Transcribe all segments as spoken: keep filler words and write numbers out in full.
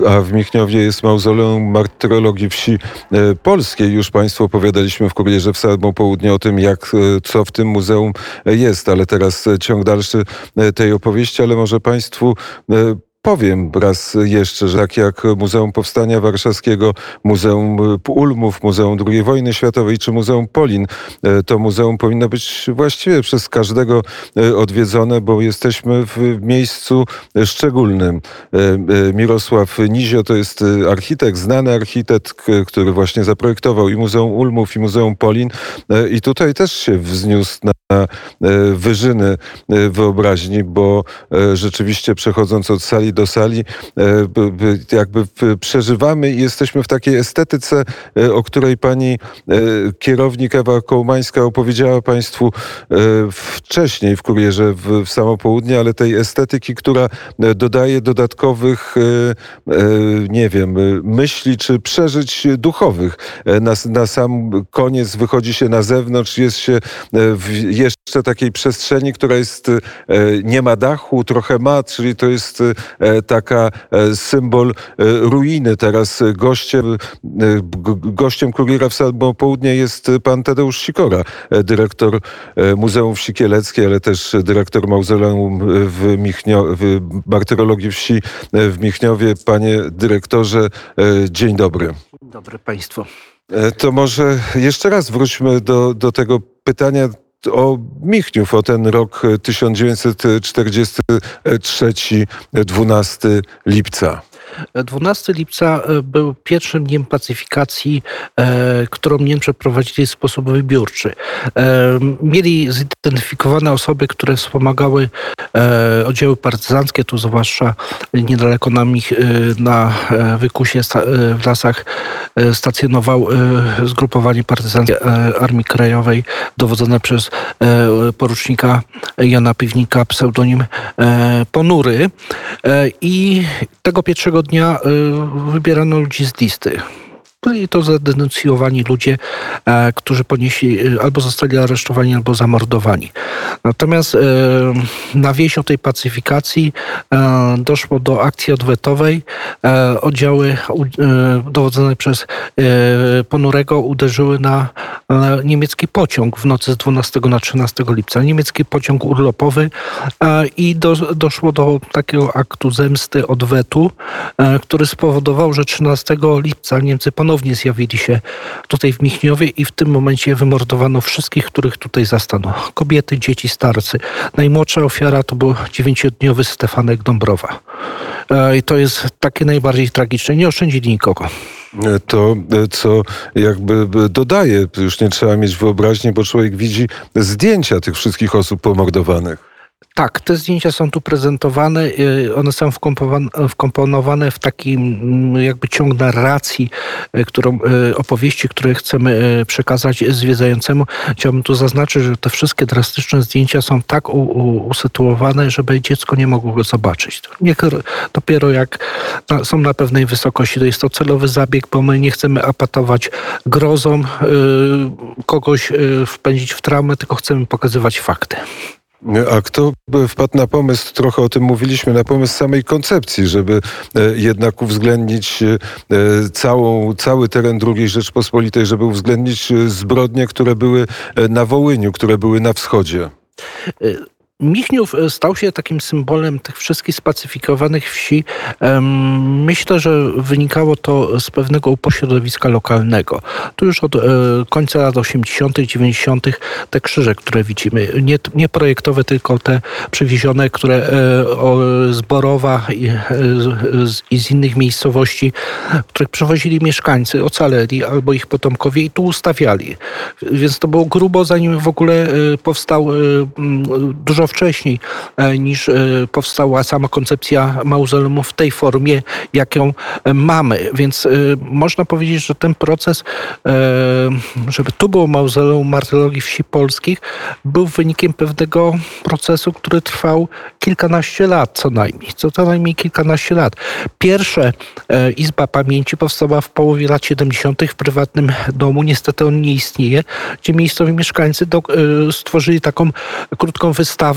A w Michniowie jest mauzoleum martyrologii wsi polskiej. Już państwu opowiadaliśmy w Kurierze w Samo Południe o tym, jak, co w tym muzeum jest, ale teraz ciąg dalszy tej opowieści, ale może państwu powiem raz jeszcze, że tak jak Muzeum Powstania Warszawskiego, Muzeum Ulmów, Muzeum drugiej Wojny Światowej czy Muzeum Polin, to muzeum powinno być właściwie przez każdego odwiedzone, bo jesteśmy w miejscu szczególnym. Mirosław Nizio to jest architekt, znany architekt, który właśnie zaprojektował i Muzeum Ulmów, i Muzeum Polin i tutaj też się wzniósł na wyżyny wyobraźni, bo rzeczywiście przechodząc od sali do sali, jakby przeżywamy i jesteśmy w takiej estetyce, o której pani kierownik Ewa Kołmańska opowiedziała państwu wcześniej w Kurierze w Samo Południe, ale tej estetyki, która dodaje dodatkowych, nie wiem, myśli czy przeżyć duchowych. Na, na sam koniec wychodzi się na zewnątrz, jest się w jeszcze takiej przestrzeni, która jest, nie ma dachu, trochę ma, czyli to jest taka symbol ruiny. Teraz gościem, gościem Kuriera w Samo Południe jest pan Tadeusz Sikora, dyrektor Muzeum Wsi Kieleckiej, ale też dyrektor Mauzoleum w, Michnio, w martyrologii wsi w Michniowie. Panie dyrektorze, dzień dobry. Dzień dobry państwu. To może jeszcze raz wróćmy do, do tego pytania o Michniów, o ten rok tysiąc dziewięćset czterdziesty trzeci, dwunastego lipca. dwunastego lipca był pierwszym dniem pacyfikacji, e, którą Niemcy prowadzili w sposób wybiórczy. E, mieli zidentyfikowane osoby, które wspomagały e, oddziały partyzanckie, tu zwłaszcza niedaleko na, Mich, na Wykusie sta, w lasach stacjonował e, zgrupowanie partyzanckie Armii Krajowej dowodzone przez e, porucznika Jana Piwnika, pseudonim e, Ponury. E, I tego pierwszego dnia wybierano ludzi z listy. Byli to zadenuncjowani ludzie, e, którzy ponieśli, albo zostali aresztowani, albo zamordowani. Natomiast e, na wieść o tej pacyfikacji e, doszło do akcji odwetowej. E, oddziały e, dowodzone przez e, Ponurego uderzyły na e, niemiecki pociąg w nocy z dwunastego na trzynastego lipca. Niemiecki pociąg urlopowy e, i do, doszło do takiego aktu zemsty, odwetu, e, który spowodował, że trzynastego lipca Niemcy ponownie Ponownie zjawili się tutaj w Michniowie i w tym momencie wymordowano wszystkich, których tutaj zastano. Kobiety, dzieci, starcy. Najmłodsza ofiara to był dziewięciodniowy Stefanek Dąbrowa. I to jest takie najbardziej tragiczne. Nie oszczędzili nikogo. To, co jakby dodaje, już nie trzeba mieć wyobraźni, bo człowiek widzi zdjęcia tych wszystkich osób pomordowanych. Tak, te zdjęcia są tu prezentowane. One są wkomponowane w taki jakby ciąg narracji, którą, opowieści, które chcemy przekazać zwiedzającemu. Chciałbym tu zaznaczyć, że te wszystkie drastyczne zdjęcia są tak u, u, usytuowane, żeby dziecko nie mogło go zobaczyć. Niech dopiero jak są na pewnej wysokości, to jest to celowy zabieg, bo my nie chcemy apatować grozą, kogoś wpędzić w traumę, tylko chcemy pokazywać fakty. A kto wpadł na pomysł, trochę o tym mówiliśmy, na pomysł samej koncepcji, żeby jednak uwzględnić całą, cały teren drugiej Rzeczpospolitej, żeby uwzględnić zbrodnie, które były na Wołyniu, które były na wschodzie? Michniów stał się takim symbolem tych wszystkich spacyfikowanych wsi. Myślę, że wynikało to z pewnego upośrodowiska lokalnego. Tu już od końca lat osiemdziesiątych, dziewięćdziesiątych te krzyże, które widzimy, nie, nie projektowe, tylko te przywiezione, które z Borowa i, i z innych miejscowości, których przywozili mieszkańcy, ocaleli albo ich potomkowie i tu ustawiali. Więc to było grubo, zanim w ogóle powstał dużo wcześniej niż powstała sama koncepcja mauzoleum w tej formie, jaką mamy. Więc można powiedzieć, że ten proces, żeby tu było mauzoleum martyrologii wsi polskich, był wynikiem pewnego procesu, który trwał kilkanaście lat co najmniej. Co, co najmniej kilkanaście lat. Pierwsze Izba Pamięci powstała w połowie lat siedemdziesiątych w prywatnym domu. Niestety on nie istnieje, gdzie miejscowi mieszkańcy do, stworzyli taką krótką wystawę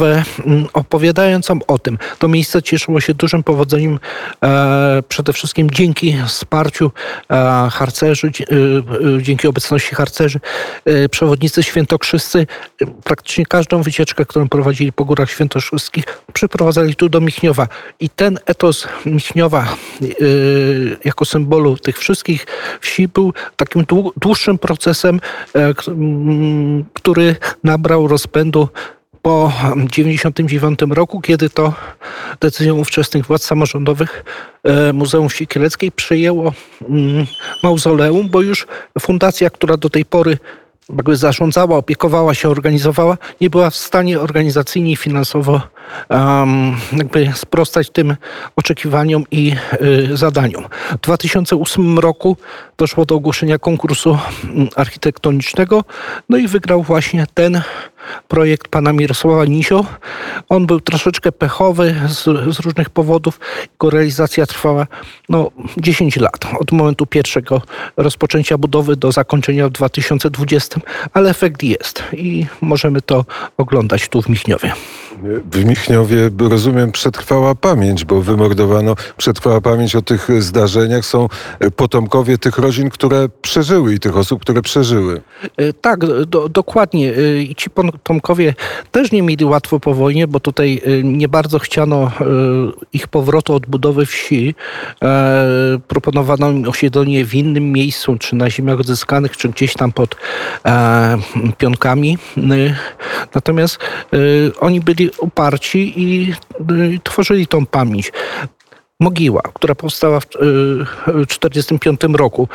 rozmowę opowiadającą o tym. To miejsce cieszyło się dużym powodzeniem e, przede wszystkim dzięki wsparciu e, harcerzy, e, dzięki obecności harcerzy, e, przewodnicy świętokrzyscy. Praktycznie każdą wycieczkę, którą prowadzili po Górach Świętokrzyskich, przyprowadzali tu do Michniowa. I ten etos Michniowa e, jako symbolu tych wszystkich wsi był takim dłuższym procesem, e, który nabrał rozpędu po dziewięćdziesiątym dziewiątym roku, kiedy to decyzją ówczesnych władz samorządowych Muzeum Wsi Kieleckiej przejęło mauzoleum, bo już fundacja, która do tej pory jakby zarządzała, opiekowała się, organizowała, nie była w stanie organizacyjnie i finansowo um, jakby sprostać tym oczekiwaniom i y, zadaniom. W dwa tysiące ósmym roku doszło do ogłoszenia konkursu architektonicznego, no i wygrał właśnie ten projekt pana Mirosława Nisio. On był troszeczkę pechowy z, z różnych powodów. Jego realizacja trwała no, dziesięć lat. Od momentu pierwszego rozpoczęcia budowy do zakończenia w dwa tysiące dwudziestym, ale efekt jest i możemy to oglądać tu w Michniowie. W Michniowie, rozumiem, przetrwała pamięć, bo wymordowano, przetrwała pamięć o tych zdarzeniach. Są potomkowie tych rodzin, które przeżyły i tych osób, które przeżyły. Tak, do, dokładnie. I ci potomkowie też nie mieli łatwo po wojnie, bo tutaj nie bardzo chciano ich powrotu, odbudowy wsi. Proponowano im osiedlenie w innym miejscu, czy na ziemiach odzyskanych, czy gdzieś tam pod Pionkami. Natomiast oni byli uparci i tworzyli tą pamięć. Mogiła, która powstała w tysiąc dziewięćset czterdziestym piątym roku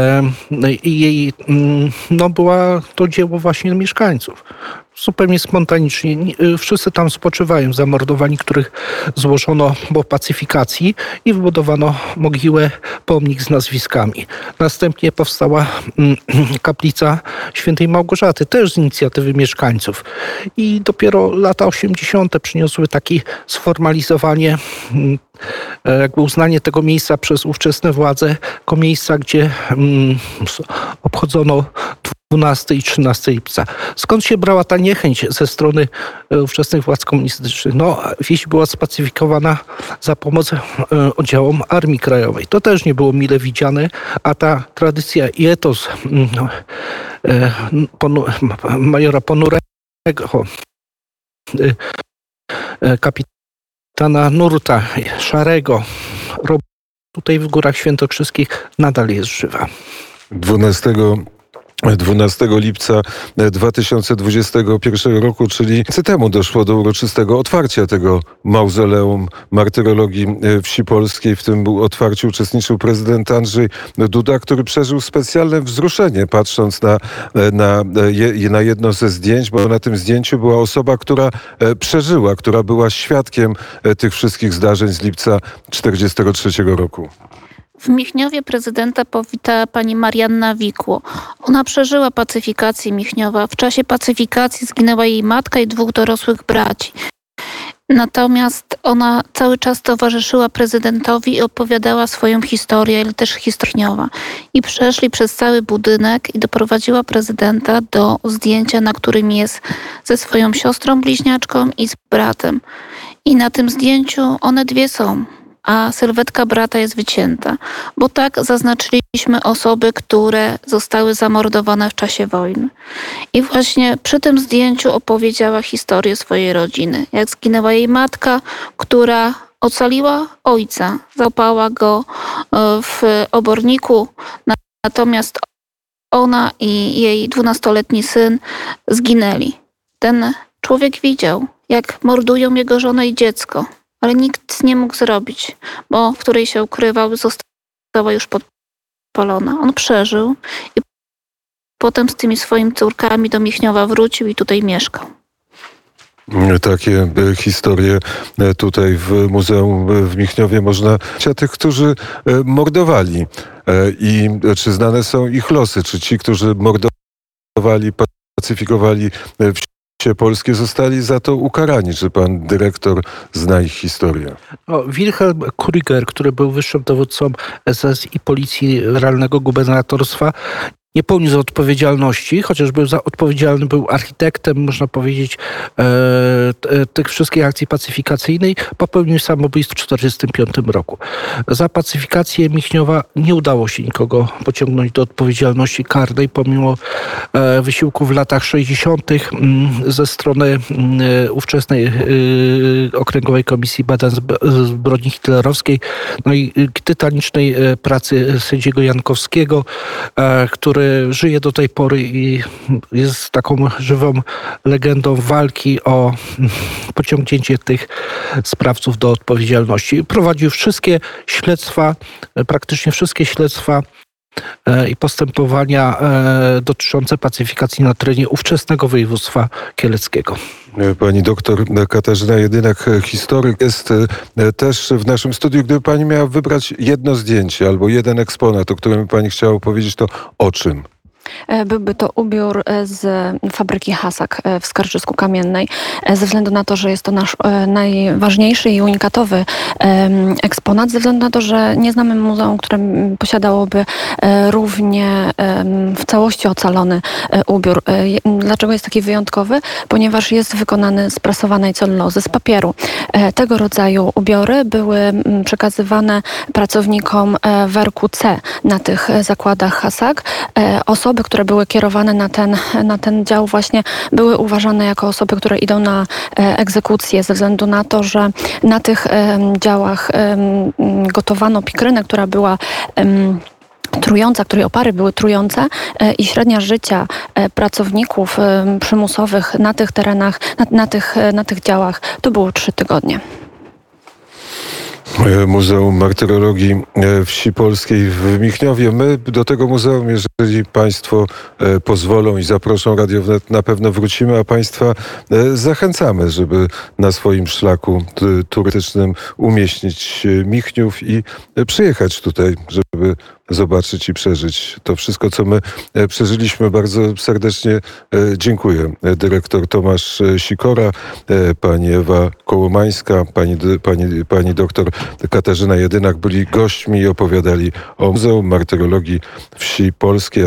i jej, no była to dzieło właśnie mieszkańców. Zupełnie spontanicznie. Wszyscy tam spoczywają, zamordowani, których złożono po pacyfikacji i wybudowano mogiłę, pomnik z nazwiskami. Następnie powstała kaplica świętej Małgorzaty, też z inicjatywy mieszkańców. I dopiero lata osiemdziesiąte przyniosły takie sformalizowanie, jakby uznanie tego miejsca przez ówczesne władze jako miejsca, gdzie obchodzono dwunastego i trzynastego lipca. Skąd się brała ta niechęć ze strony ówczesnych władz komunistycznych? No, wieś była spacyfikowana za pomocą oddziałom Armii Krajowej. To też nie było mile widziane, a ta tradycja i etos no, ponu, majora Ponurego, kapitana Nurta, Szarego, tutaj w Górach Świętokrzyskich nadal jest żywa. dwunastego lipca dwa tysiące dwudziestego pierwszego roku, czyli temu doszło do uroczystego otwarcia tego mauzoleum martyrologii wsi polskiej. W tym otwarciu uczestniczył prezydent Andrzej Duda, który przeżył specjalne wzruszenie, patrząc na, na, na jedno ze zdjęć, bo na tym zdjęciu była osoba, która przeżyła, która była świadkiem tych wszystkich zdarzeń z lipca tysiąc dziewięćset czterdziestego trzeciego roku. W Michniowie prezydenta powitała pani Marianna Wikło. Ona przeżyła pacyfikację Michniowa. W czasie pacyfikacji zginęła jej matka i dwóch dorosłych braci. Natomiast ona cały czas towarzyszyła prezydentowi i opowiadała swoją historię, ale też Michniowa. I przeszli przez cały budynek i doprowadziła prezydenta do zdjęcia, na którym jest ze swoją siostrą bliźniaczką i z bratem. I na tym zdjęciu one dwie są, a sylwetka brata jest wycięta, bo tak zaznaczyliśmy osoby, które zostały zamordowane w czasie wojny. I właśnie przy tym zdjęciu opowiedziała historię swojej rodziny. Jak zginęła jej matka, która ocaliła ojca, zapała go w oborniku, natomiast ona i jej dwunastoletni syn zginęli. Ten człowiek widział, jak mordują jego żonę i dziecko, ale nikt nie mógł zrobić, bo w której się ukrywał, została już podpalona. On przeżył i potem z tymi swoimi córkami do Michniowa wrócił i tutaj mieszkał. Takie historie tutaj w Muzeum w Michniowie można... Tych, którzy mordowali. I czy znane są ich losy? Czy ci, którzy mordowali, pacyfikowali wsie polskie, zostali za to ukarani? Czy pan dyrektor zna ich historię? No, Wilhelm Krüger, który był wyższym dowódcą S S i Policji Realnego Gubernatorstwa, nie poniósł odpowiedzialności, chociaż był za odpowiedzialny, był architektem, można powiedzieć, e, t, tych wszystkich akcji pacyfikacyjnej, popełnił samobójstwo w tysiąc dziewięćset czterdziestym piątym roku. Za pacyfikację Michniowa nie udało się nikogo pociągnąć do odpowiedzialności karnej, pomimo e, wysiłku w latach sześćdziesiątych ze strony e, ówczesnej e, Okręgowej Komisji Badań Zbrodni hitlerowskiej, no i tytanicznej e, pracy sędziego Jankowskiego, e, który żyje do tej pory i jest taką żywą legendą walki o pociągnięcie tych sprawców do odpowiedzialności. Prowadził wszystkie śledztwa, praktycznie wszystkie śledztwa i postępowania dotyczące pacyfikacji na terenie ówczesnego województwa kieleckiego. Pani doktor Katarzyna Jedynak, historyk, jest też w naszym studiu. Gdyby pani miała wybrać jedno zdjęcie albo jeden eksponat, o którym pani chciała opowiedzieć, to o czym? Byłby to ubiór z fabryki Hasak w Skarżysku-Kamiennej, ze względu na to, że jest to nasz najważniejszy i unikatowy eksponat, ze względu na to, że nie znamy muzeum, które posiadałoby równie w całości ocalony ubiór. Dlaczego jest taki wyjątkowy? Ponieważ jest wykonany z prasowanej celulozy, z papieru. Tego rodzaju ubiory były przekazywane pracownikom werku C na tych zakładach Hasak. Osoby, które były kierowane na ten, na ten dział właśnie były uważane jako osoby, które idą na egzekucję ze względu na to, że na tych działach gotowano pikrynę, która była trująca, której opary były trujące i średnia życia pracowników przymusowych na tych terenach, na, na, tych, na tych działach to było trzy tygodnie. Muzeum Martyrologii Wsi Polskiej w Michniowie. My do tego muzeum, jeżeli państwo pozwolą i zaproszą Radio Wnet, na pewno wrócimy, a państwa zachęcamy, żeby na swoim szlaku turystycznym umieścić Michniów i przyjechać tutaj, żeby zobaczyć i przeżyć to wszystko, co my przeżyliśmy. Bardzo serdecznie dziękuję. Dyrektor Tomasz Sikora, pani Ewa Kołomańska, pani, pani, pani doktor Katarzyna Jedynak byli gośćmi i opowiadali o Muzeum Martyrologii Wsi Polskiej.